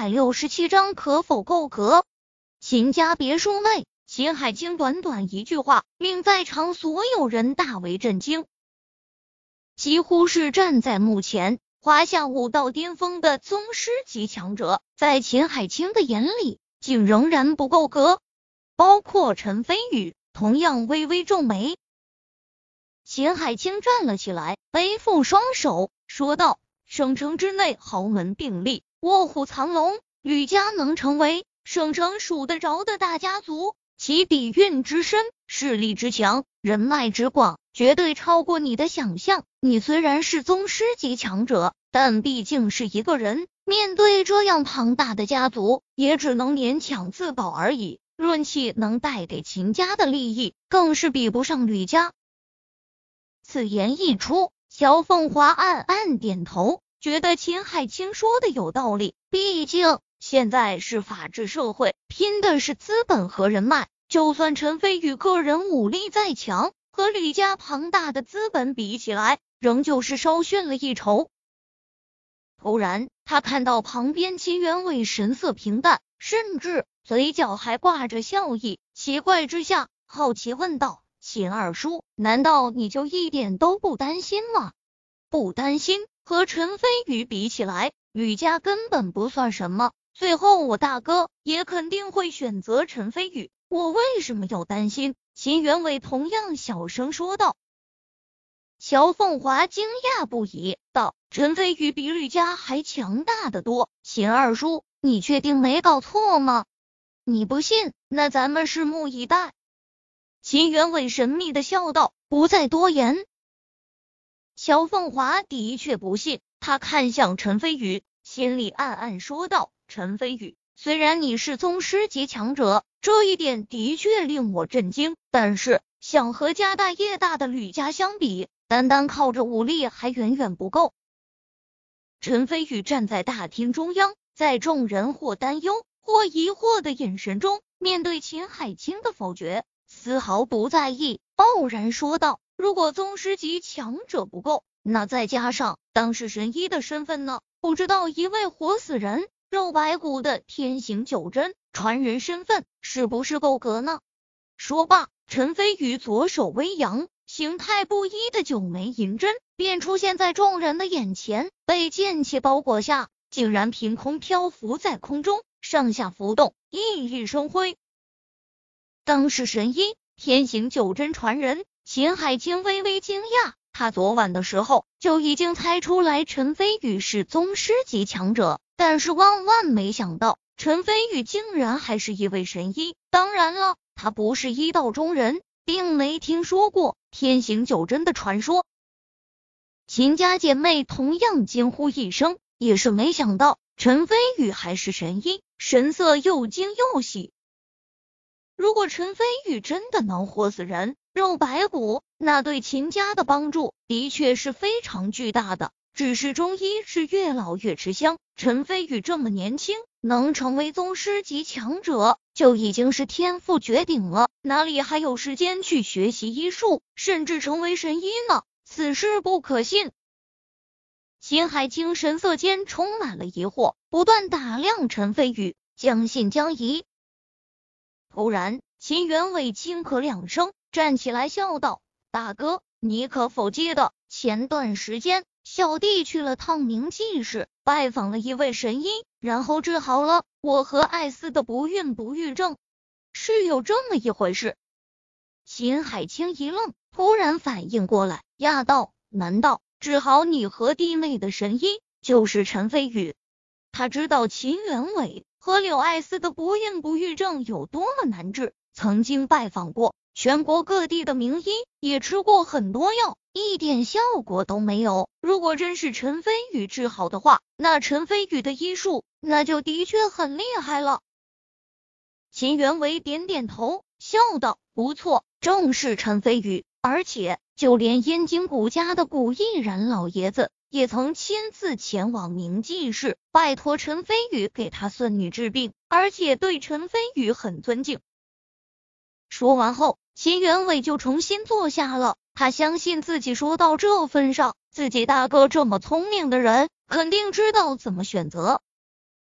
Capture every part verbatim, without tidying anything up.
百六十七章可否够格？秦家别墅内，秦海清短短一句话，令在场所有人大为震惊。几乎是站在目前华夏武道巅峰的宗师级强者，在秦海清的眼里，竟仍然不够格。包括陈飞宇，同样微微皱眉。秦海清站了起来，背负双手，说道：省城之内豪门并立，卧虎藏龙，吕家能成为省城数得着的大家族，其底蕴之深，势力之强，人脉之广，绝对超过你的想象。你虽然是宗师级强者，但毕竟是一个人，面对这样庞大的家族，也只能勉强自保而已。论气能带给秦家的利益，更是比不上吕家。此言一出，萧凤华暗暗点头，觉得秦海清说的有道理。毕竟现在是法治社会，拼的是资本和人脉。就算陈飞宇个人武力再强，和吕家庞大的资本比起来，仍旧是稍逊了一筹。突然，他看到旁边秦元伟神色平淡，甚至嘴角还挂着笑意。奇怪之下，好奇问道：秦二叔，难道你就一点都不担心吗？不担心？和陈飞宇比起来，吕家根本不算什么。最后我大哥也肯定会选择陈飞宇，我为什么要担心？秦元伟同样小声说道。乔凤华惊讶不已，道：陈飞宇比吕家还强大得多。秦二叔，你确定没搞错吗？你不信，那咱们拭目以待。秦元伟神秘的笑道，不再多言。乔凤华的确不信，他看向陈飞宇，心里暗暗说道：陈飞宇，虽然你是宗师级强者，这一点的确令我震惊，但是想和家大业大的吕家相比，单单靠着武力还远远不够。陈飞宇站在大厅中央，在众人或担忧或疑惑的眼神中，面对秦海清的否决，丝毫不在意，傲然说道：如果宗师级强者不够，那再加上当世神医的身份呢？不知道一位活死人肉白骨的天行九针传人身份是不是够格呢？说罢，陈飞宇左手微扬，形态不一的九枚银针便出现在众人的眼前，被剑气包裹下，竟然凭空漂浮在空中，上下浮动，熠熠生辉。当世神医天行九针传人，秦海清微微惊讶，他昨晚的时候就已经猜出来陈飞宇是宗师级强者，但是万万没想到陈飞宇竟然还是一位神医。当然了，他不是医道中人，并没听说过天行九针的传说。秦家姐妹同样惊呼一声，也是没想到陈飞宇还是神医，神色又惊又喜。如果陈飞宇真的能活死人肉白骨，那对秦家的帮助的确是非常巨大的。只是中医是越老越吃香，陈飞宇这么年轻，能成为宗师级强者，就已经是天赋绝顶了，哪里还有时间去学习医术，甚至成为神医呢？此事不可信。秦海清神色间充满了疑惑，不断打量陈飞宇，将信将疑。突然，秦元伟轻咳两声，站起来笑道：大哥，你可否记得前段时间小弟去了趟明记市，拜访了一位神医，然后治好了我和艾斯的不孕不育症？是有这么一回事？秦海清一愣，突然反应过来，讶道：难道治好你和弟妹的神医就是陈飞宇？他知道秦元伟和柳艾斯的不孕不育症有多么难治，曾经拜访过全国各地的名医，也吃过很多药，一点效果都没有。如果真是陈飞宇治好的话，那陈飞宇的医术那就的确很厉害了。秦元伟点点头，笑道：不错，正是陈飞宇，而且就连燕京古家的古毅然老爷子也曾亲自前往明记市，拜托陈飞宇给他孙女治病，而且对陈飞宇很尊敬。说完后，秦元伟就重新坐下了。他相信自己说到这份上，自己大哥这么聪明的人，肯定知道怎么选择。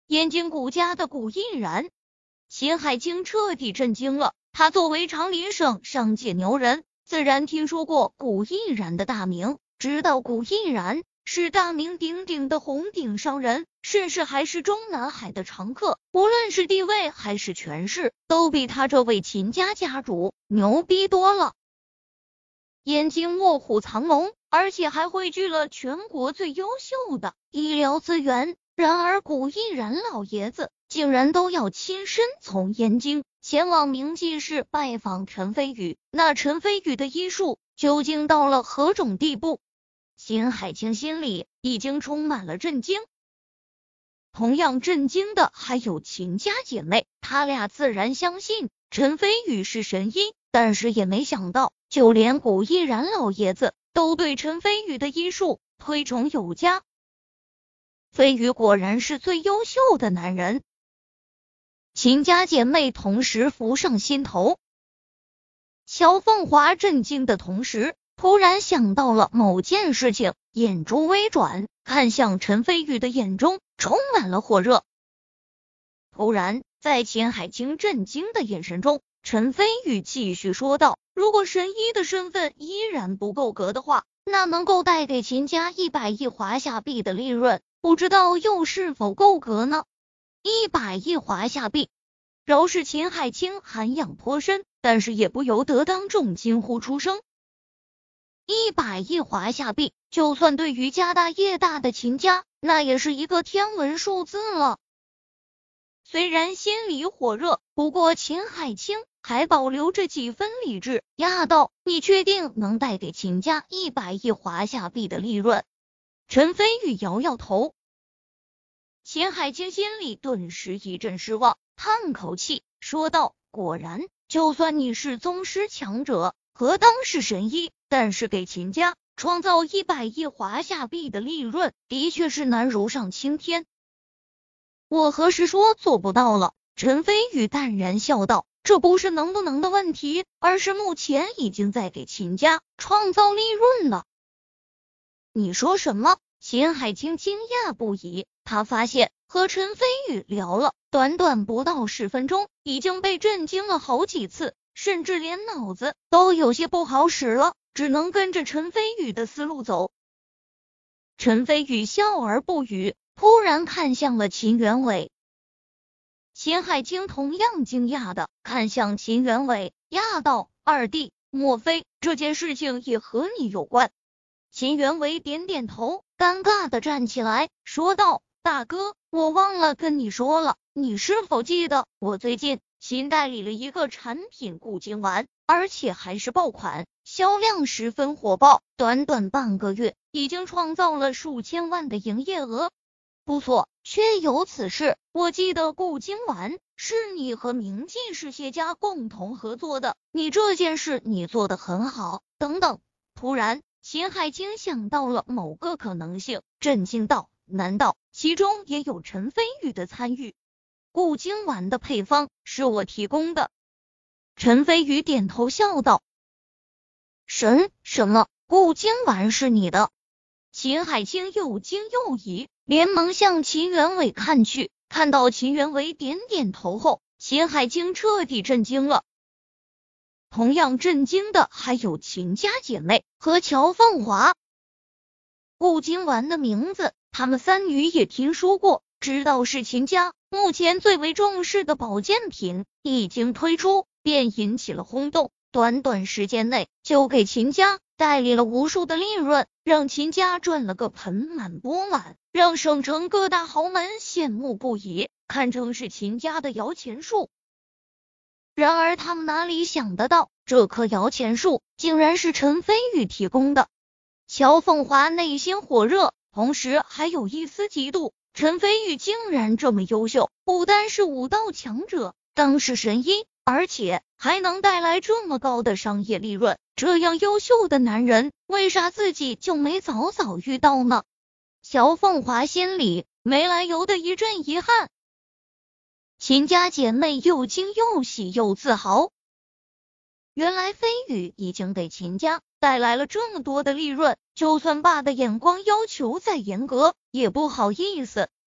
燕京古家的古毅然。秦海清彻底震惊了，他作为长林省上界牛人，自然听说过古毅然的大名，知道古毅然是大名鼎鼎的红顶商人，甚至还是中南海的常客，无论是地位还是权势，都比他这位秦家家主牛逼多了。燕京卧虎藏龙，而且还汇聚了全国最优秀的医疗资源。然而古毅然老爷子竟然都要亲身从燕京前往明记市拜访陈飞宇，那陈飞宇的医术究竟到了何种地步？秦海清心里已经充满了震惊。同样震惊的还有秦家姐妹，她俩自然相信陈飞宇是神医，但是也没想到就连古毅然老爷子都对陈飞宇的医术推崇有加。飞宇果然是最优秀的男人，秦家姐妹同时浮上心头。乔凤华震惊的同时，突然想到了某件事情，眼珠微转，看向陈飞宇的眼中充满了火热。突然，在秦海清震惊的眼神中，陈飞宇继续说道：如果神医的身份依然不够格的话，那能够带给秦家一百亿华夏币的利润，不知道又是否够格呢？一百亿华夏币，饶是秦海清涵养颇深，但是也不由得当众惊呼出声。一百亿华夏币，就算对于家大业大的秦家，那也是一个天文数字了。虽然心里火热，不过秦海清还保留着几分理智，压道：你确定能带给秦家一百亿华夏币的利润？陈飞宇摇摇头。秦海清心里顿时一阵失望，叹口气说道：果然，就算你是宗师强者，何当是神医，但是给秦家创造一百亿华夏币的利润，的确是难如上青天。我何时说做不到了？陈飞宇淡然笑道：这不是能不能的问题，而是目前已经在给秦家创造利润了。你说什么？秦海清惊讶不已，他发现和陈飞宇聊了短短不到十分钟，已经被震惊了好几次，甚至连脑子都有些不好使了，只能跟着陈飞宇的思路走。陈飞宇笑而不语，突然看向了秦元伟。秦海清同样惊讶的看向秦元伟，讶道：二弟，莫非这件事情也和你有关？秦元伟点点头，尴尬的站起来说道：大哥，我忘了跟你说了，你是否记得我最近新代理了一个产品固精丸，而且还是爆款，销量十分火爆，短短半个月已经创造了数千万的营业额。不错，确有此事，我记得固精丸是你和明记市谢家共同合作的，你这件事你做得很好，等等。突然秦海清想到了某个可能性，震惊道：难道其中也有陈飞宇的参与？固精丸的配方是我提供的。陈飞宇点头笑道：神什么？固精丸是你的？秦海清又惊又疑，连忙向秦元伟看去，看到秦元伟点点头后，秦海清彻底震惊了。同样震惊的还有秦家姐妹和乔凤华。固精丸的名字她们三女也听说过，知道是秦家目前最为重视的保健品，一经推出便引起了轰动，短短时间内就给秦家代理了无数的利润，让秦家赚了个盆满钵满，让省城各大豪门羡慕不已，堪称是秦家的摇钱树。然而他们哪里想得到，这棵摇钱树竟然是陈飞宇提供的。乔凤华内心火热，同时还有一丝嫉妒，陈飞宇竟然这么优秀，不单是武道强者，更是神医，而且还能带来这么高的商业利润，这样优秀的男人，为啥自己就没早早遇到呢？乔凤华心里没来由的一阵遗憾。秦家姐妹又惊又喜又自豪，原来飞宇已经给秦家带来了这么多的利润，就算爸的眼光要求再严格，也不好意思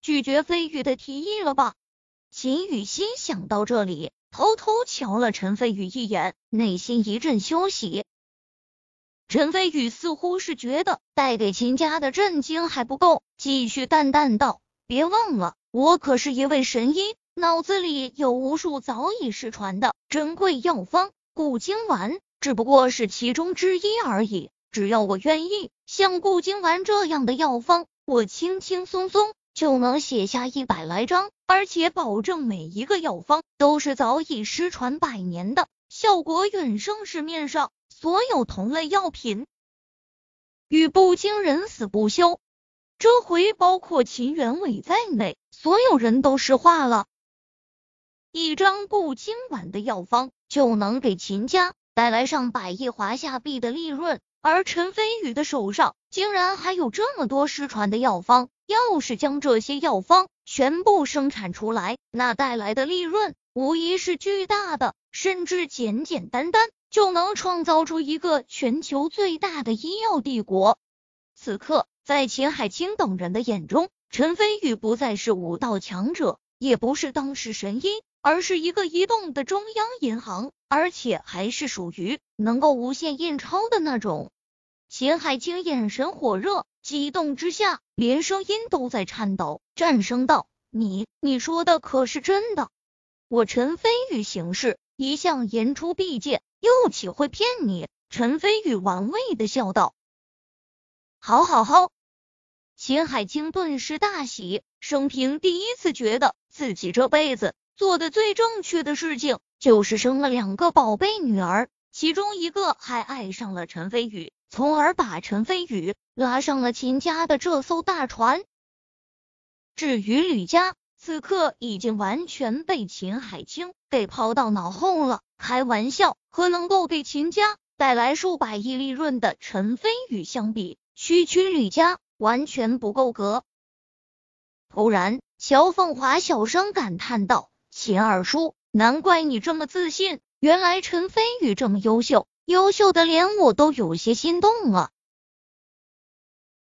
拒绝飞宇的提议了吧？秦雨欣想到这里，偷偷瞧了陈飞宇一眼，内心一阵欣喜。陈飞宇似乎是觉得带给秦家的震惊还不够，继续淡淡道：别忘了，我可是一位神医，脑子里有无数早已失传的珍贵药方，固精丸只不过是其中之一而已。只要我愿意，像固精丸这样的药方，我轻轻松松就能写下一百来张，而且保证每一个药方都是早已失传百年的，效果远胜市面上所有同类药品。与不惊人死不休，这回包括秦元伟在内，所有人都石化了。一张固精丸的药方就能给秦家带来上百亿华夏币的利润，而陈飞宇的手上竟然还有这么多失传的药方，要是将这些药方全部生产出来，那带来的利润无疑是巨大的，甚至简简单单就能创造出一个全球最大的医药帝国。此刻，在秦海清等人的眼中，陈飞宇不再是武道强者，也不是当世神医，而是一个移动的中央银行，而且还是属于能够无限印钞的那种。秦海清眼神火热，激动之下连声音都在颤抖，战声道：你你说的可是真的？我陈飞宇行事一向言出必践，又岂会骗你？陈飞宇玩味的笑道：好好好。秦海清顿时大喜，生平第一次觉得自己这辈子做的最正确的事情就是生了两个宝贝女儿，其中一个还爱上了陈飞宇，从而把陈飞宇拉上了秦家的这艘大船。至于吕家，此刻已经完全被秦海清给抛到脑后了。开玩笑，和能够给秦家带来数百亿利润的陈飞宇相比，区区吕家完全不够格。突然，乔凤华小声感叹道：秦二叔，难怪你这么自信，原来陈飞宇这么优秀，优秀的连我都有些心动了。